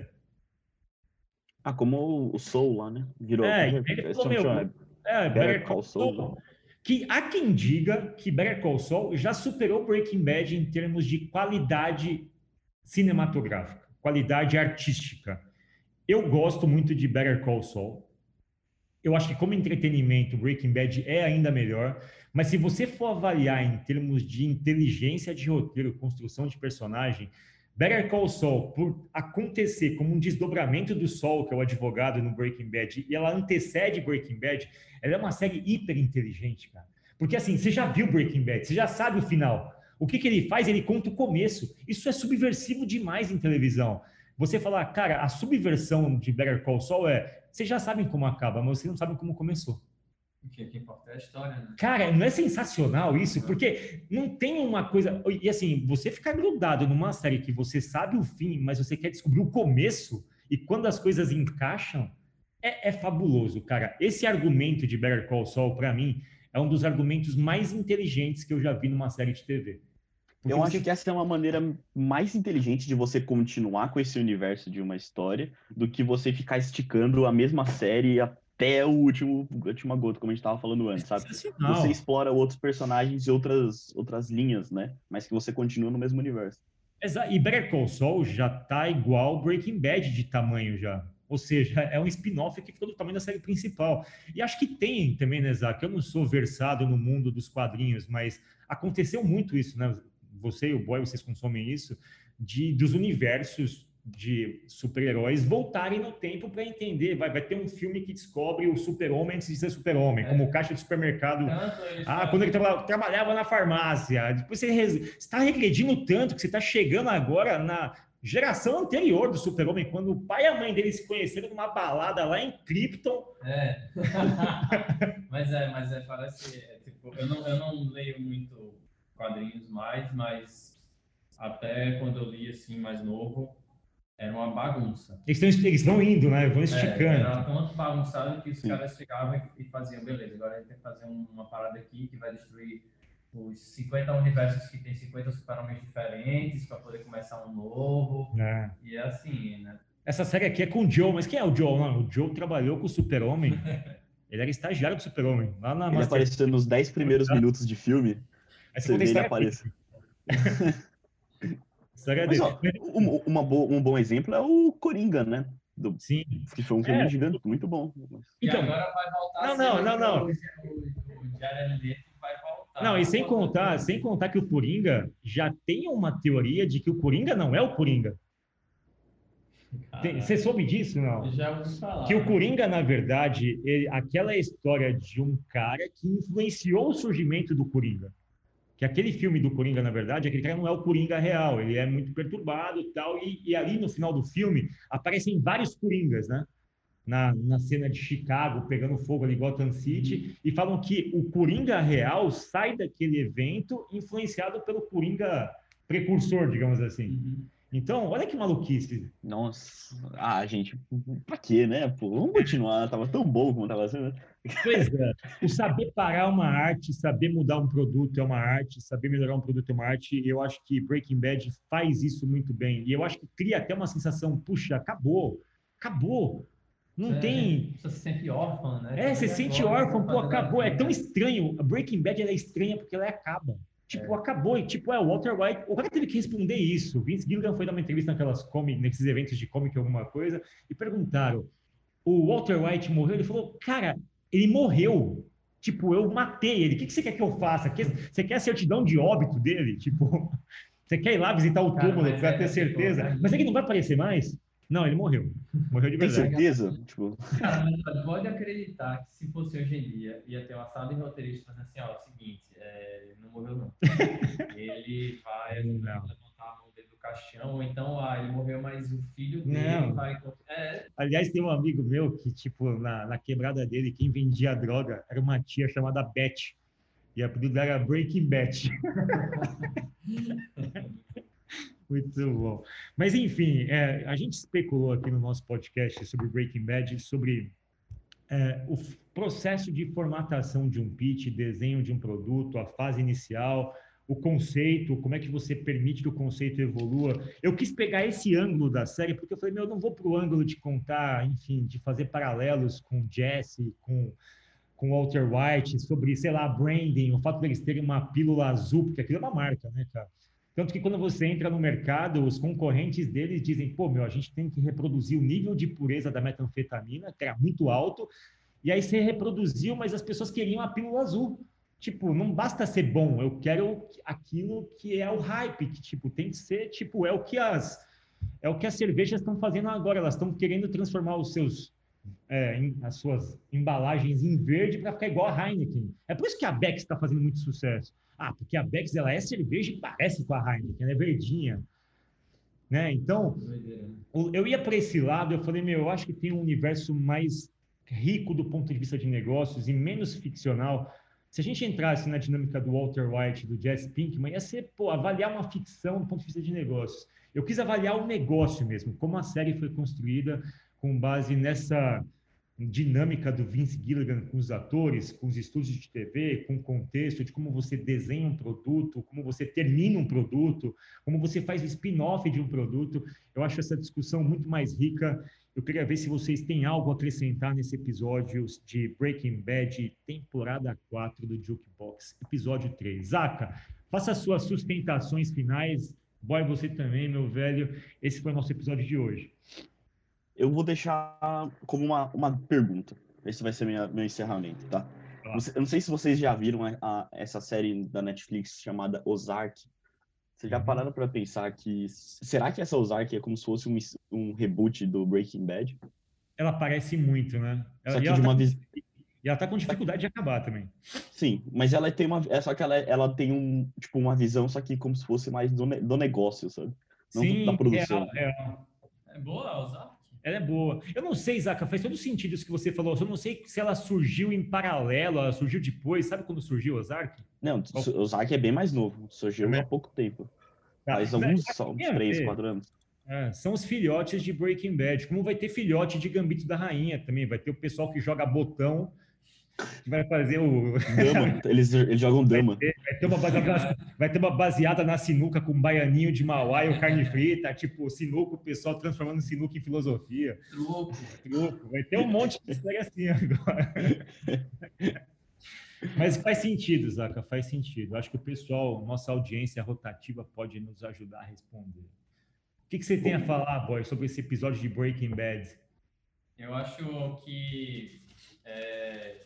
Ah, como o Soul lá, né? Virou. É, Como e é que ele é? falou, Chama- meu, chama- é, Better Better Call Call Saul, né? Saul, que há quem diga que Better Call Saul já superou Breaking Bad em termos de qualidade cinematográfica, qualidade artística. Eu gosto muito de Better Call Saul. Eu acho que como entretenimento, Breaking Bad é ainda melhor, mas se você for avaliar em termos de inteligência de roteiro, construção de personagem, Better Call Saul, por acontecer como um desdobramento do Saul, que é o advogado no Breaking Bad, e ela antecede Breaking Bad, ela é uma série hiper inteligente, cara. Porque assim, você já viu Breaking Bad, você já sabe o final. O que, que ele faz? Ele conta o começo. Isso é subversivo demais em televisão. Você falar, cara, a subversão de Better Call Saul é vocês já sabem como acaba, mas vocês não sabem como começou. O que, que importa é a história, né? Cara, não é sensacional isso? Porque não tem uma coisa. E assim, você ficar grudado numa série que você sabe o fim, mas você quer descobrir o começo, e quando as coisas encaixam, é, é fabuloso, cara. Esse argumento de Better Call Saul, para mim, é um dos argumentos mais inteligentes que eu já vi numa série de T V. Porque Eu acho você. que essa é uma maneira mais inteligente de você continuar com esse universo de uma história do que você ficar esticando a mesma série até o último, a última gota, como a gente estava falando É antes, sabe? Você sensacional. explora outros personagens e outras, outras linhas, né? Mas que você continua no mesmo universo. Exa- E Better Call Saul já tá igual Breaking Bad de tamanho já. Ou seja, é um spin-off que ficou do tamanho da série principal. E acho que tem também, né, Zac? Eu não sou versado no mundo dos quadrinhos, mas aconteceu muito isso, né? Você e o Boy, vocês consomem isso, de dos universos de super-heróis voltarem no tempo para entender. Vai, vai ter um filme que descobre o super-homem antes de ser super-homem, É. como o caixa de supermercado. Tanto eles Ah, fazem- quando ele traba- trabalhava na farmácia. Depois você está regredindo tanto que você está chegando agora na geração anterior do Super-Homem, quando o pai e a mãe dele se conheceram numa balada lá em Krypton. É. Mas é, mas é, parece. É, tipo, eu não, eu não leio muito quadrinhos mais, mas até quando eu li assim, mais novo, era uma bagunça. Eles, tão, eles vão indo, né? Vão É, esticando. era tão bagunçado que os Sim. caras chegavam e faziam, beleza, agora a gente tem que fazer uma parada aqui que vai destruir os cinquenta universos que tem cinquenta super-homens diferentes para poder começar um novo. É. E é assim, né? Essa série aqui é com o Joe, mas quem é o Joe? Não, o Joe trabalhou com o Super-Homem. Ele era estagiário do Super-Homem. Lá na Ele Master... apareceu nos dez primeiros minutos de filme. Aí você Você conta a vê ele história aparecer. A história Mas, dele. ó, um, uma bo- um bom exemplo é o Coringa, né? Do, Sim. que foi um filme É. gigante, muito bom. E Então, agora vai voltar não, a não, ser não, o- não. O, o, o Jared Leto vai voltar. Não, e sem contar, sem contar que o Coringa já tem uma teoria de que o Coringa não é o Coringa. Tem- Você soube disso, não? Eu já ouvi falar. Que o Coringa, na verdade, ele- aquela história de um cara que influenciou o surgimento do Coringa. Que aquele filme do Coringa, na verdade, aquele cara não é o Coringa real, ele é muito perturbado e tal, e, e ali no final do filme aparecem vários Coringas, né? Na, na cena de Chicago, pegando fogo ali, Gotham City, e falam que o Coringa real sai daquele evento influenciado pelo Coringa precursor, digamos assim. Uhum. Então, olha que maluquice. Nossa, ah, gente, pra quê, né? Pô, vamos continuar, tava tão bom como tava sendo. Pois é, o saber parar uma arte, saber mudar um produto é uma arte, saber melhorar um produto é uma arte, e eu acho que Breaking Bad faz isso muito bem. E eu acho que cria até uma sensação, puxa, acabou, acabou. Não É, tem... Você se sente órfão, né? É, você E sente agora, órfão, vou pô, fazer da acabou. É vida? tão estranho. A Breaking Bad ela é estranha porque ela acaba. Tipo, acabou. E tipo, é o Walter White. O cara teve que responder isso. Vince Gilligan foi dar uma entrevista naquelas comic, nesses eventos de comic alguma coisa, e perguntaram: o Walter White morreu? Ele falou, cara, Ele morreu. Tipo, eu matei ele. O que, que você quer que eu faça? Você quer a certidão de óbito dele? Tipo, você quer ir lá visitar o Cara, túmulo mas para é, ter é tipo, certeza? a Mas é que gente- não vai aparecer mais? Não, ele morreu. Morreu de Tem verdade. certeza? Tipo, Cara, mas olha, pode acreditar que se fosse hoje em dia, ia ter uma sala de roteiristas fazendo assim, ó, é o seguinte, é, ele não morreu não. Ele vai ajudar a Não. levantar a mão dele do caixão, ou então, ah, ele morreu, mas o filho dele Não. vai... É, Aliás, tem um amigo meu que, tipo, na, na quebrada dele, quem vendia droga era uma tia chamada Beth. E a apelido dela era Breaking Bad. Muito bom. Mas, enfim, é, a gente especulou aqui no nosso podcast sobre Breaking Bad, sobre é, o f- processo de formatação de um pitch, desenho de um produto, a fase inicial, o conceito, como é que você permite que o conceito evolua. Eu quis pegar esse ângulo da série, porque eu falei, meu, eu não vou para o ângulo de contar, enfim, de fazer paralelos com Jesse, com com Walter White, sobre, sei lá, branding, o fato deles terem uma pílula azul, porque aquilo é uma marca, né, cara? Tanto que quando você entra no mercado, os concorrentes deles dizem, pô, meu, a gente tem que reproduzir o nível de pureza da metanfetamina, que era muito alto, e aí você reproduziu, mas as pessoas queriam a pílula azul. Tipo, não basta ser bom, eu quero aquilo que é o hype, que, tipo, tem que ser, tipo, é o que as, é o que as cervejas estão fazendo agora, elas estão querendo transformar os seus é, em, as suas embalagens em verde para ficar igual a Heineken. É por isso que a Beck's está fazendo muito sucesso. Ah, porque a Beck's ela é cerveja e parece com a Heineken, ela é verdinha, né? Então, doideira, né? eu ia para esse lado, eu falei, meu, eu acho que tem um universo mais rico do ponto de vista de negócios e menos ficcional. Se a gente entrasse na dinâmica do Walter White, do Jesse Pinkman, ia ser, pô, avaliar uma ficção do ponto de vista de negócios. Eu quis avaliar o negócio mesmo, como a série foi construída com base nessa dinâmica do Vince Gilligan com os atores, com os estúdios de T V, com o contexto de como você desenha um produto, como você termina um produto, como você faz o spin-off de um produto. Eu acho essa discussão muito mais rica. Eu queria ver se vocês têm algo a acrescentar nesse episódio de Breaking Bad, temporada quatro do Jukebox, episódio três. Zaca, faça suas sustentações finais. Boy, você também, meu velho. Esse foi o nosso episódio de hoje. eu vou deixar como uma, uma pergunta. Esse vai ser minha, meu encerramento, tá? Tá. Você- eu não sei se vocês já viram a, a- essa série da Netflix chamada Ozark. Vocês já Uhum. pararam pra pensar que... Será que essa Ozark é como se fosse um, um reboot do Breaking Bad? Ela parece muito, né? Ela- Só e que ela de tá uma com, visão... e ela tá com dificuldade de acabar também. Sim, mas ela tem uma... É só que ela, ela tem um, tipo, uma visão, só que como se fosse mais do, ne- do negócio, sabe? Não do- da Sim, real, produção. real. É boa, Ozark? Ela é boa. Eu não sei, Zaca, faz todo sentido isso que você falou. Eu não sei se ela surgiu em paralelo, ela surgiu depois. Sabe quando surgiu o Ozark? Não, Qual- o Ozark é bem mais novo. é Surgiu há mesmo? pouco tempo. Tá. Faz Não, eu alguns, acho só que tem uns a três, ver. quatro anos. É, são os filhotes de Breaking Bad. Como vai ter filhote de Gambito da Rainha também. Vai ter o pessoal que joga botão, que vai fazer o. Dama, eles, eles jogam dama. Vai ter uma baseada na, vai ter uma baseada na sinuca com baianinho de Mauá e o carne frita, tipo, sinuca, o pessoal transformando sinuca em filosofia. Truco. Truco. Vai ter um monte de história assim agora. Mas faz sentido, Zaca, faz sentido. Acho que o pessoal, nossa audiência rotativa pode nos ajudar a responder. O que, que você tem a falar, Boy, sobre esse episódio de Breaking Bad? Eu acho que é,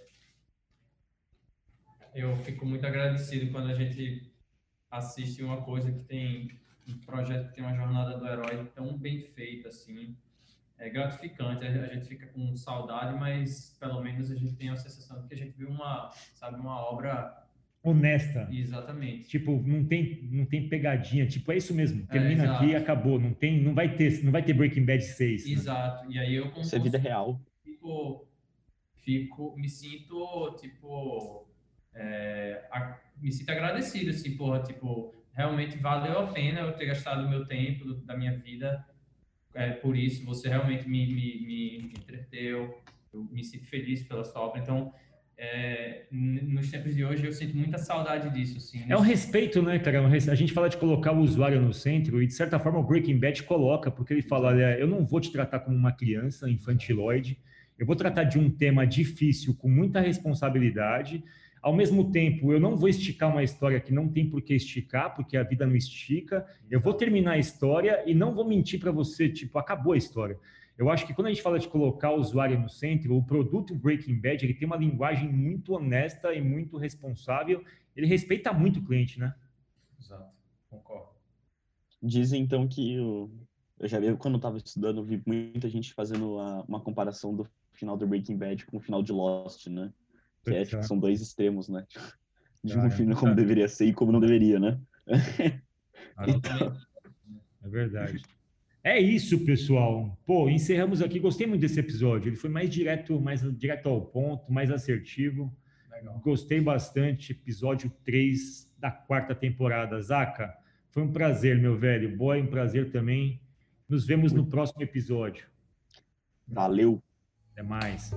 eu fico muito agradecido quando a gente assiste uma coisa que tem um projeto que tem uma jornada do herói tão bem feita assim. É gratificante, a gente fica com saudade, mas pelo menos a gente tem a sensação de que a gente viu uma, sabe, uma obra Honesta. exatamente. Tipo, não tem, não tem pegadinha. Tipo, é isso mesmo. É, Termina exato. aqui e acabou. Não tem, não vai ter, não vai ter Breaking Bad seis. Né? Exato. E aí eu como Isso é vida real. Fico, fico, me sinto, tipo, é, a, me sinto agradecido, assim, porra, tipo, realmente valeu a pena eu ter gastado o meu tempo, do, da minha vida, é, por isso, você realmente me, me, me, me entreteu, eu me sinto feliz pela sua obra, então, é, nos tempos de hoje eu sinto muita saudade disso, assim. É um respeito, né, cara? A gente fala de colocar o usuário no centro e, de certa forma, o Breaking Bad coloca, porque ele fala, olha, eu não vou te tratar como uma criança infantiloide, eu vou tratar de um tema difícil com muita responsabilidade. Ao mesmo tempo, eu não vou esticar uma história que não tem por que esticar, porque a vida não estica. Eu vou terminar a história e não vou mentir para você, tipo, acabou a história. Eu acho que quando a gente fala de colocar o usuário no centro, o produto Breaking Bad, ele tem uma linguagem muito honesta e muito responsável. Ele respeita muito o cliente, né? Exato, concordo. Dizem, então, que o... eu já vi, quando eu estava estudando, eu vi muita gente fazendo a, uma comparação do final do Breaking Bad com o final de Lost, né? Que é, tipo, são dois extremos, né? De um filme como deveria ser e como não deveria, né? Então... É verdade. É isso, pessoal. Pô, encerramos aqui. Gostei muito desse episódio. Ele foi mais direto, mais direto ao ponto, mais assertivo. Legal. Gostei bastante. Episódio três da quarta temporada. Zaca, foi um prazer, meu velho. Boy, um prazer também. Nos vemos no próximo episódio. Valeu. Até mais.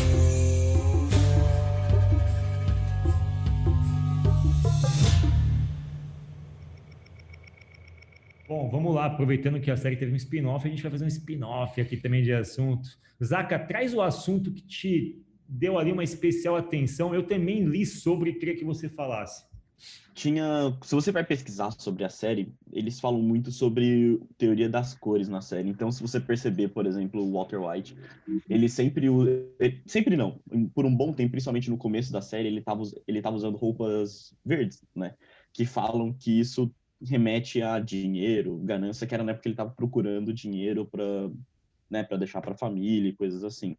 Bom, vamos lá, aproveitando que a série teve um spin-off, a gente vai fazer um spin-off aqui também de assunto. Zaca, traz o assunto que te deu ali uma especial atenção. Eu também li sobre e queria que você falasse. Tinha, se você vai pesquisar sobre a série, eles falam muito sobre teoria das cores na série. Então, se você perceber, por exemplo, o Walter White, ele sempre, sempre não, por um bom tempo, principalmente no começo da série, ele estava ele tava usando roupas verdes, né? Que falam que isso remete a dinheiro, ganância, que era na época que ele estava procurando dinheiro para, né, para deixar para a família e coisas assim.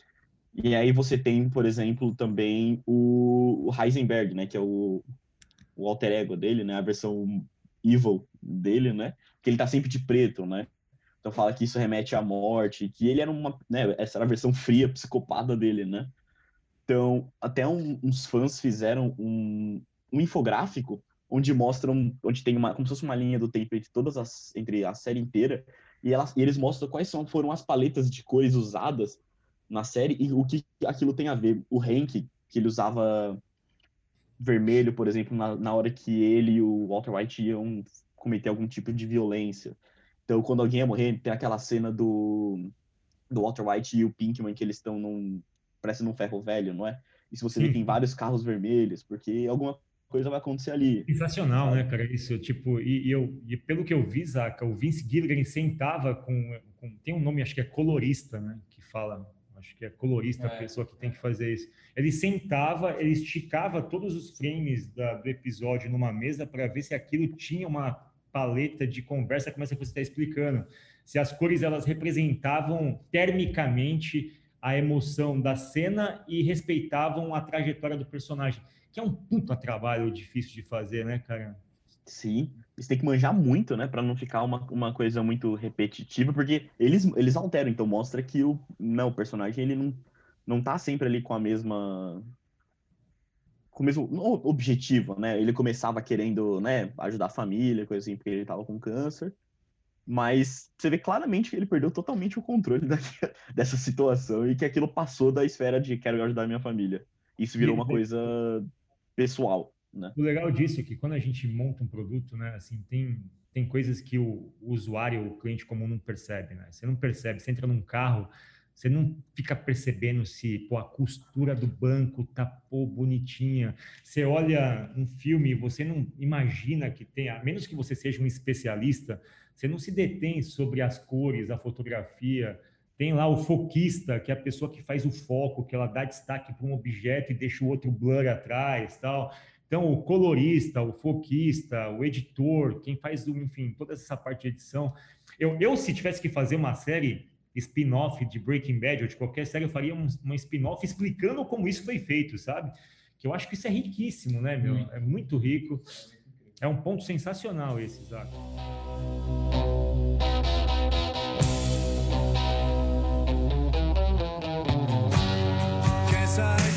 E aí você tem, por exemplo, também o, o Heisenberg, né, que é o, o alter ego dele, né, a versão evil dele, né, que ele tá sempre de preto, né. Então fala que isso remete à morte, que ele era uma, né, essa era a versão fria, psicopata dele, né. Então, até um, uns fãs fizeram um, um infográfico onde mostram, onde tem uma, como se fosse uma linha do tempo entre todas as, entre a série inteira, e, elas, e eles mostram quais são, foram as paletas de cores usadas na série e o que aquilo tem a ver. O Hank, que ele usava vermelho, por exemplo, na, na hora que ele e o Walter White iam cometer algum tipo de violência. Então, quando alguém ia morrer, tem aquela cena do, do Walter White e o Pinkman, que eles estão num, parece num ferro velho, não é? E se você Sim. vê, tem vários carros vermelhos, porque alguma coisa vai acontecer ali. Sensacional, sabe? Né, cara? Isso, tipo, e, e, eu, e pelo que eu vi, Zaca, o Vince Gilligan sentava com, com... Tem um nome, acho que é colorista, né? Que fala... Acho que é colorista é. a pessoa que tem que fazer isso. Ele sentava, ele esticava todos os frames da, do episódio numa mesa para ver se aquilo tinha uma paleta de conversa, como é que você está explicando. Se as cores, elas representavam termicamente a emoção da cena e respeitavam a trajetória do personagem. Que é um puta trabalho difícil de fazer, né, cara? Sim, você tem que manjar muito, né, para não ficar uma, uma coisa muito repetitiva, porque eles, eles alteram, então mostra que o, não, o personagem ele não, não tá sempre ali com a mesma com o mesmo objetivo, né? Ele começava querendo, né, ajudar a família, coisa assim, porque ele tava com câncer, mas você vê claramente que ele perdeu totalmente o controle da, dessa situação e que aquilo passou da esfera de quero ajudar a minha família. Isso virou uma coisa pessoal. Né? O legal disso é que quando a gente monta um produto, né, assim, tem, tem coisas que o, o usuário, o cliente comum não percebe, né? Você não percebe, você entra num carro, você não fica percebendo se pô, a costura do banco tá pô, bonitinha. Você olha um filme e você não imagina que tem, a menos que você seja um especialista, você não se detém sobre as cores, a fotografia. Tem lá o foquista, que é a pessoa que faz o foco, que ela dá destaque para um objeto e deixa o outro blur atrás, tal. Então, o colorista, o foquista, o editor, quem faz, enfim, toda essa parte de edição. Eu, eu se tivesse que fazer uma série spin-off de Breaking Bad ou de qualquer série, eu faria um, uma spin-off explicando como isso foi feito, sabe? Que eu acho que isso é riquíssimo, né, meu? É muito rico. É um ponto sensacional esse, Zaca. Guess I